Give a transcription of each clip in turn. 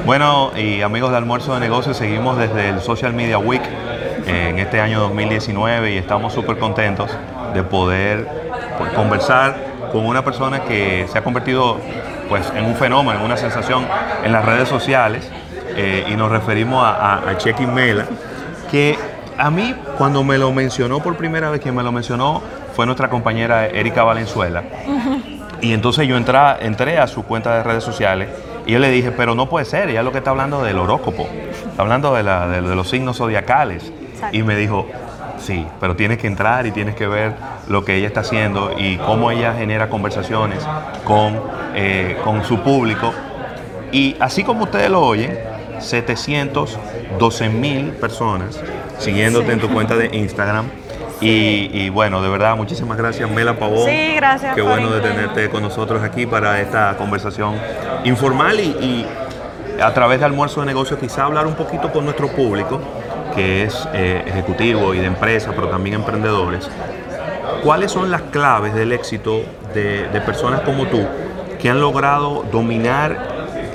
Bueno, y amigos de Almuerzo de Negocios, seguimos desde el Social Media Week en este año 2019 y estamos súper contentos de poder conversar con una persona que se ha convertido pues, en un fenómeno, en una sensación en las redes sociales, y nos referimos a Chequi Mela, que a mí cuando me lo mencionó por primera vez, quien me lo mencionó fue nuestra compañera Erika Valenzuela. Y entonces yo entré a su cuenta de redes sociales y yo le dije, pero no puede ser, ella es lo que está hablando del horóscopo, está hablando de los signos zodiacales. Exacto. Y me dijo, sí, pero tienes que entrar y tienes que ver lo que ella está haciendo y cómo ella genera conversaciones con su público. Y así como ustedes lo oyen, 712,000 personas siguiéndote en tu cuenta de Instagram. Y bueno, de verdad, muchísimas gracias, Mela Pavón. Sí, gracias. Qué bueno de tenerte con nosotros aquí para esta conversación informal y a través de Almuerzo de Negocios quizá hablar un poquito con nuestro público, que es ejecutivo y de empresa, pero también emprendedores. ¿Cuáles son las claves del éxito de personas como tú que han logrado dominar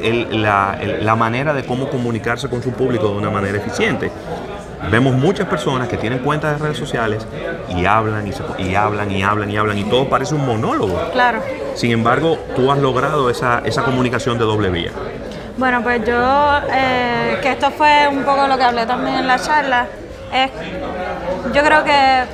la manera de cómo comunicarse con su público de una manera eficiente? Vemos muchas personas que tienen cuentas de redes sociales y hablan y hablan y todo parece un monólogo. Claro. Sin embargo, tú has logrado esa comunicación de doble vía. Bueno, pues yo, que esto fue un poco lo que hablé también en la charla, yo creo que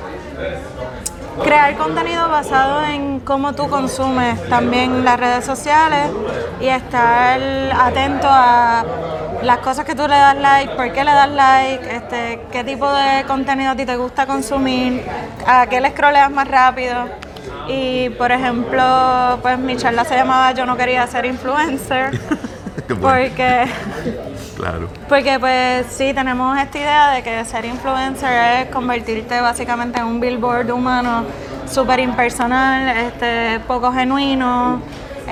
crear contenido basado en cómo tú consumes también las redes sociales y estar atento a las cosas que tú le das like, por qué le das like, qué tipo de contenido a ti te gusta consumir, a qué le scrolleas más rápido. Y por ejemplo, pues mi charla se llamaba Yo no quería ser influencer. Porque, claro. Porque pues sí, tenemos esta idea de que ser influencer es convertirte básicamente en un billboard humano súper impersonal, poco genuino,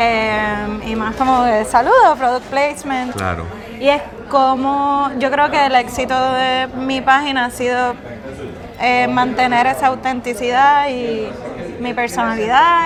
y más como de saludo, product placement. Claro. Y es como, yo creo que el éxito de mi página ha sido mantener esa autenticidad y mi personalidad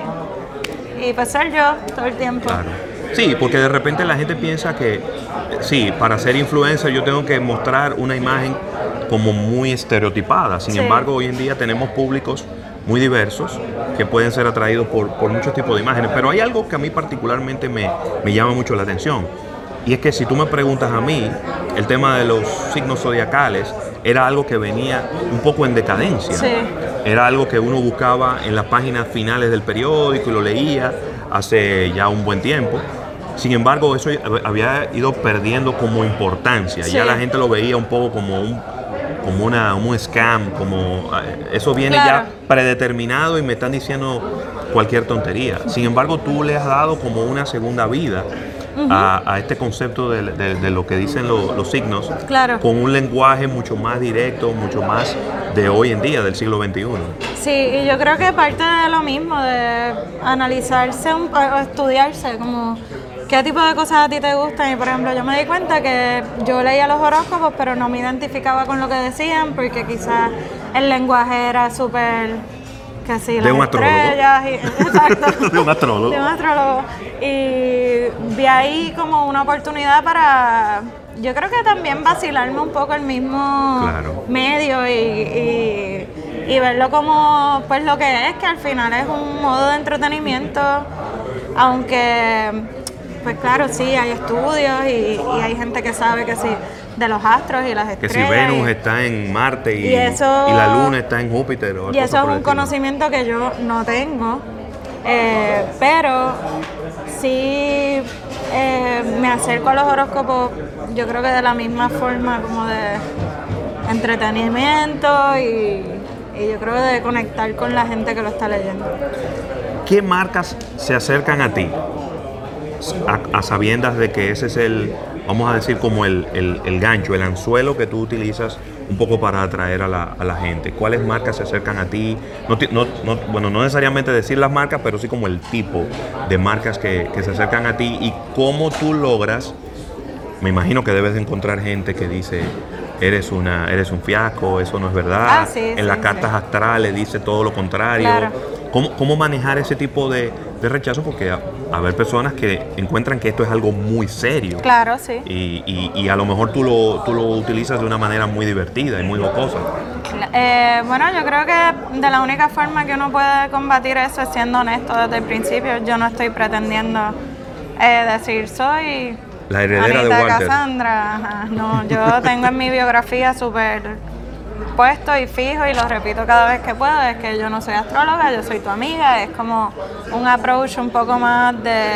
y pues ser yo todo el tiempo. Claro. Sí, porque de repente la gente piensa que sí, para ser influencer yo tengo que mostrar una imagen como muy estereotipada. Sin embargo, hoy en día tenemos públicos muy diversos que pueden ser atraídos por muchos tipos de imágenes. Pero hay algo que a mí particularmente me llama mucho la atención. Y es que si tú me preguntas a mí, el tema de los signos zodiacales era algo que venía un poco en decadencia. Sí. Era algo que uno buscaba en las páginas finales del periódico y lo leía hace ya un buen tiempo. Sin embargo, eso había ido perdiendo como importancia. Sí. Ya la gente lo veía un poco como un scam, como eso viene ya predeterminado y me están diciendo cualquier tontería. Sin embargo, tú le has dado como una segunda vida a este concepto de lo que dicen los signos, con un lenguaje mucho más directo, mucho más de hoy en día, del siglo XXI. Sí, y yo creo que parte de lo mismo, de analizarse o estudiarse, como qué tipo de cosas a ti te gustan. Y por ejemplo, yo me di cuenta que yo leía los horóscopos, pero no me identificaba con lo que decían, porque quizás el lenguaje era súper... que sí, de un astrólogo. Exacto. De un astrólogo. De un astrólogo. Y vi ahí como una oportunidad para, yo creo que también vacilarme un poco el mismo medio y verlo como pues lo que es, que al final es un modo de entretenimiento, aunque pues claro, sí, hay estudios y hay gente que sabe que sí, de los astros y las estrellas. Que si Venus está en Marte y la Luna está en Júpiter. Y eso es un conocimiento que yo no tengo, pero sí me acerco a los horóscopos, yo creo que de la misma forma como de entretenimiento y yo creo de conectar con la gente que lo está leyendo. ¿Qué marcas se acercan a ti a sabiendas de que ese es vamos a decir como el gancho, el anzuelo que tú utilizas un poco para atraer a la gente? ¿Cuáles marcas se acercan a ti? No necesariamente decir las marcas, pero sí como el tipo de marcas que se acercan a ti y cómo tú logras. Me imagino que debes de encontrar gente que dice, eres un fiasco, eso no es verdad. En las cartas astrales dice todo lo contrario. Claro. ¿Cómo manejar ese tipo de de rechazo porque a ver personas que encuentran que esto es algo muy serio. Claro, sí. Y a lo mejor tú lo utilizas de una manera muy divertida y muy jocosa. Bueno, yo creo que de la única forma que uno puede combatir eso es siendo honesto desde el principio. Yo no estoy pretendiendo decir soy la heredera Anita de Walter. Cassandra. Ajá, no, yo tengo en mi biografía súper puesto y fijo y lo repito cada vez que puedo, es que yo no soy astróloga, yo soy tu amiga, es como un approach un poco más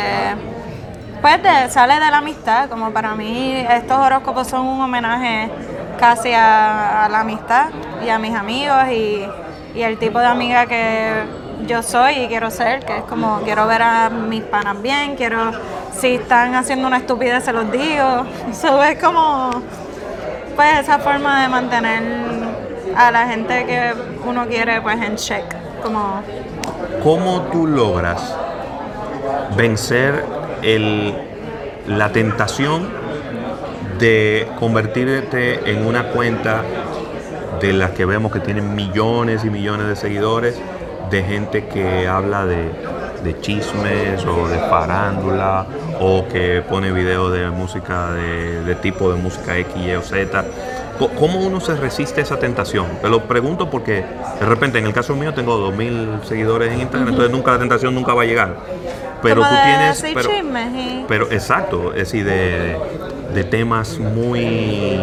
sale de la amistad, como para mí estos horóscopos son un homenaje casi a la amistad y a mis amigos y el tipo de amiga que yo soy y quiero ser, que es como quiero ver a mis panas bien, si están haciendo una estupidez se los digo, eso es como pues esa forma de mantener a la gente que uno quiere pues en check. ¿Cómo tú logras vencer la tentación de convertirte en una cuenta de las que vemos que tienen millones y millones de seguidores, de gente que habla de chismes o de farándula o que pone videos de música de tipo de música X, Y o Z? ¿Cómo uno se resiste a esa tentación? Te lo pregunto porque de repente en el caso mío tengo 2,000 seguidores en Instagram, entonces la tentación nunca va a llegar. Pero como tú tienes... chismes pero exacto, es decir, de temas muy...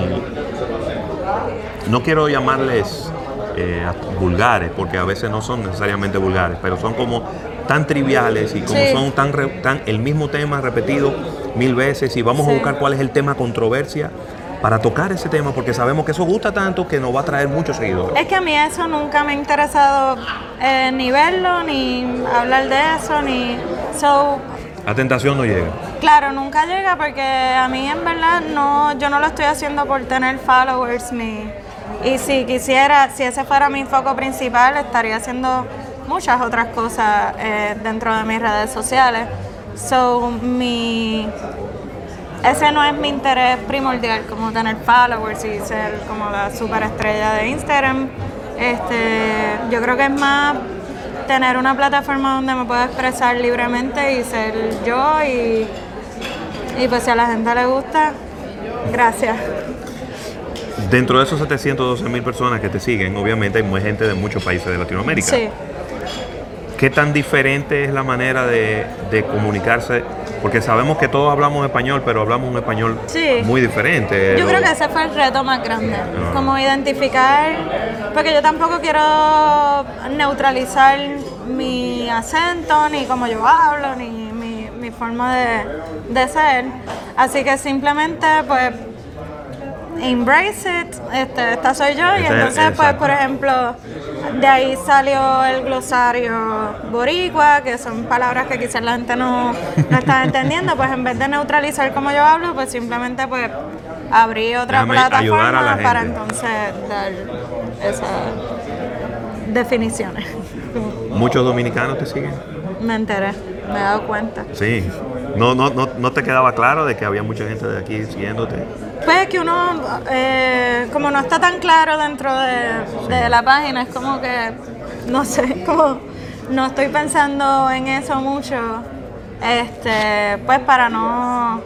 No quiero llamarles vulgares, porque a veces no son necesariamente vulgares, pero son como tan triviales y como son tan el mismo tema repetido 1000 veces y vamos a buscar cuál es el tema controversia para tocar ese tema, porque sabemos que eso gusta tanto que nos va a traer muchos seguidores. Es que a mí eso nunca me ha interesado ni verlo, ni hablar de eso, La tentación no llega. Claro, nunca llega porque a mí en verdad yo no lo estoy haciendo por tener followers y si quisiera, si ese fuera mi foco principal, estaría haciendo muchas otras cosas dentro de mis redes sociales. Ese no es mi interés primordial, como tener followers y ser como la superestrella de Instagram. Yo creo que es más tener una plataforma donde me pueda expresar libremente y ser yo y pues si a la gente le gusta, gracias. Dentro de esos 712,000 personas que te siguen, obviamente hay gente de muchos países de Latinoamérica. Sí. ¿Qué tan diferente es la manera de comunicarse? Porque sabemos que todos hablamos español, pero hablamos un español muy diferente. Yo creo que ese fue el reto más grande, como identificar, porque yo tampoco quiero neutralizar mi acento, ni cómo yo hablo, ni mi forma de ser. Así que simplemente, pues, embrace it, esta soy yo, y entonces, pues, por ejemplo, de ahí salió el glosario boricua, que son palabras que quizás la gente no está entendiendo, pues en vez de neutralizar como yo hablo, pues simplemente pues abrí otra plataforma para entonces dar esas definiciones. ¿Muchos dominicanos te siguen? Me enteré, me he dado cuenta. Sí. ¿No te quedaba claro de que había mucha gente de aquí siguiéndote? Pues que uno, como no está tan claro dentro de la página, es como que, no sé, como no estoy pensando en eso mucho, pues para no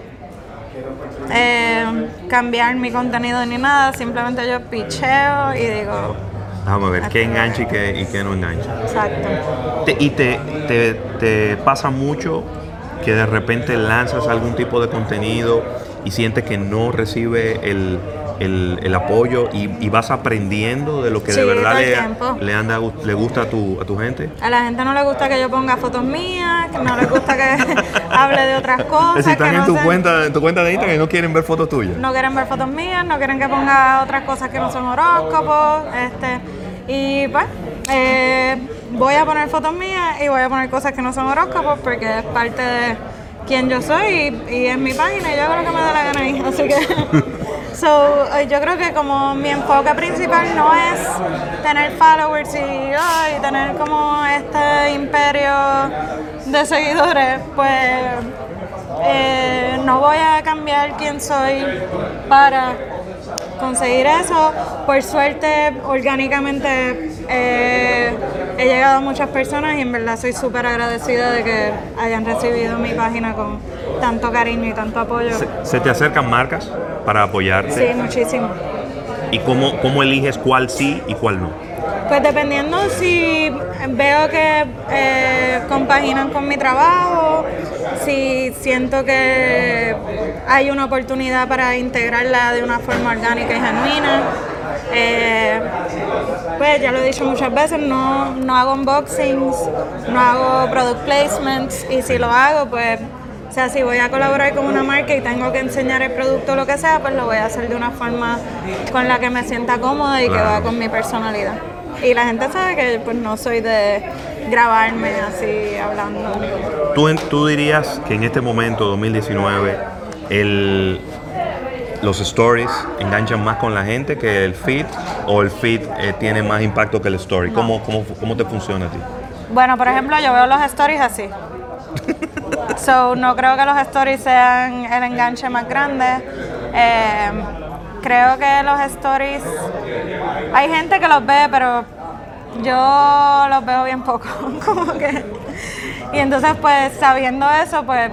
cambiar mi contenido ni nada, simplemente yo picheo y digo... Vamos a ver, qué engancha y qué no engancha. Exacto. ¿Y te pasa mucho que de repente lanzas algún tipo de contenido y sientes que no recibe el apoyo y vas aprendiendo de lo que de verdad le gusta a tu gente? A la gente no le gusta que yo ponga fotos mías, que no le gusta que hable de otras cosas. Si están en tu cuenta de Instagram y no quieren ver fotos tuyas. No quieren ver fotos mías, no quieren que ponga otras cosas que no son horóscopos. Y pues voy a poner fotos mías y voy a poner cosas que no son horóscopos porque es parte de quien yo soy y es mi página y yo hago lo que me da la gana ahí. Así que yo creo que como mi enfoque principal no es tener followers y tener como este imperio de seguidores, pues no voy a cambiar quién soy para conseguir eso. Por suerte, orgánicamente he llegado a muchas personas y en verdad soy súper agradecida de que hayan recibido mi página con tanto cariño y tanto apoyo. ¿Se te acercan marcas para apoyarte? Sí, muchísimo. ¿Y cómo eliges cuál sí y cuál no? Pues dependiendo si veo que compaginan con mi trabajo, si siento que hay una oportunidad para integrarla de una forma orgánica y genuina. Pues ya lo he dicho muchas veces, no hago unboxings, no hago product placements, y si lo hago, pues, o sea, si voy a colaborar con una marca y tengo que enseñar el producto o lo que sea, pues lo voy a hacer de una forma con la que me sienta cómoda y que va con mi personalidad. Y la gente sabe que pues no soy de grabarme así hablando. ¿Tú dirías que en este momento, 2019, los stories enganchan más con la gente que el feed, o el feed tiene más impacto que el story? No. ¿Cómo te funciona a ti? Bueno, por ejemplo, yo veo los stories así. So, no creo que los stories sean el enganche más grande. Creo que los stories, hay gente que los ve, pero yo los veo bien poco. Como que, y entonces, pues, sabiendo eso, pues,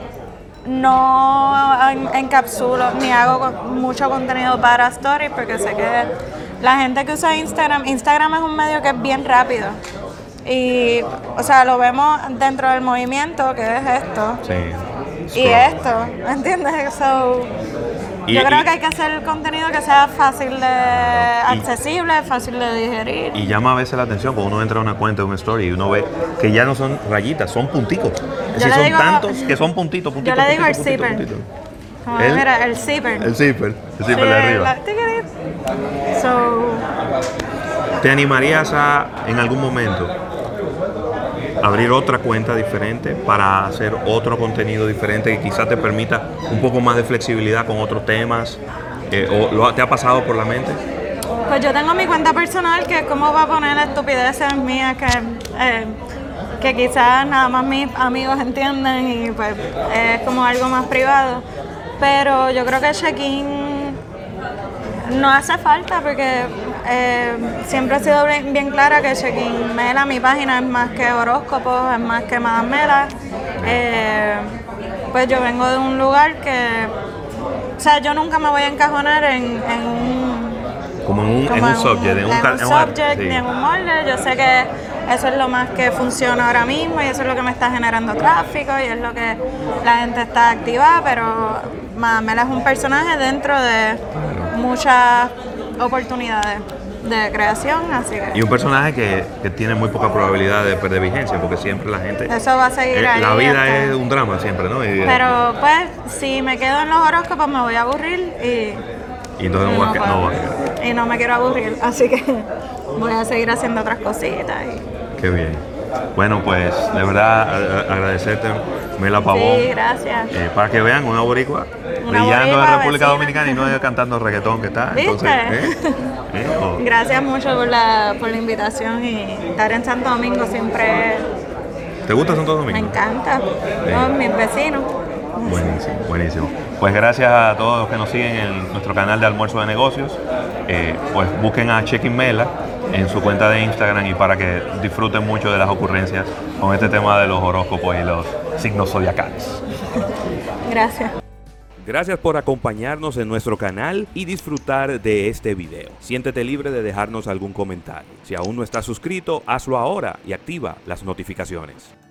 no encapsulo ni hago mucho contenido para stories, porque sé que la gente que usa Instagram es un medio que es bien rápido. Y, o sea, lo vemos dentro del movimiento, que es esto. Sí. Y esto, ¿entiendes? So, yo creo que hay que hacer contenido que sea fácil de accesible, fácil de digerir. Y llama a veces la atención cuando uno entra a una cuenta de un story y uno ve que ya no son rayitas, son punticos. Es decir, son tantos que son puntitos. Yo le digo el zipper. Como, mira, el zipper. El zipper de arriba. ¿Te animarías a, en algún momento, abrir otra cuenta diferente para hacer otro contenido diferente que quizás te permita un poco más de flexibilidad con otros temas? ¿Te ha pasado por la mente? Pues yo tengo mi cuenta personal, que es como va a poner estupideces mías que quizás nada más mis amigos entienden, y pues es como algo más privado. Pero yo creo que check-in no hace falta, porque siempre he sido bien clara que Check-in Mela, mi página, es más que horóscopos, es más que Madame Mela. Pues yo vengo de un lugar que, o sea, yo nunca me voy a encajonar en un subject, ni en un molde. Yo sé que eso es lo más que funciona ahora mismo y eso es lo que me está generando tráfico y es lo que la gente está activada, pero Madame Mela es un personaje dentro de muchas oportunidades de creación, así que... Y un personaje que tiene muy poca probabilidad de perder vigencia, porque siempre la gente... Eso va a seguir ahí. La vida es un drama siempre, ¿no? Pero pues, si me quedo en los horóscopos me voy a aburrir y entonces no va a quedar. Y no me quiero aburrir, así que voy a seguir haciendo otras cositas. Qué bien. Bueno, pues de verdad agradecerte, Mela Pavón. Sí, gracias. Para que vean, una boricua brillando en República Dominicana y no cantando reggaetón que está. ¿Viste? Entonces, Gracias mucho por la invitación, y estar en Santo Domingo siempre... ¿Te gusta Santo Domingo? Me encanta. Todos mis vecinos. Buenísimo. Pues gracias a todos los que nos siguen en nuestro canal de Almuerzo de Negocios. Pues busquen a Check-in Mela en su cuenta de Instagram, y para que disfruten mucho de las ocurrencias con este tema de los horóscopos y los signos zodiacales. Gracias. Gracias por acompañarnos en nuestro canal y disfrutar de este video. Siéntete libre de dejarnos algún comentario. Si aún no estás suscrito, hazlo ahora y activa las notificaciones.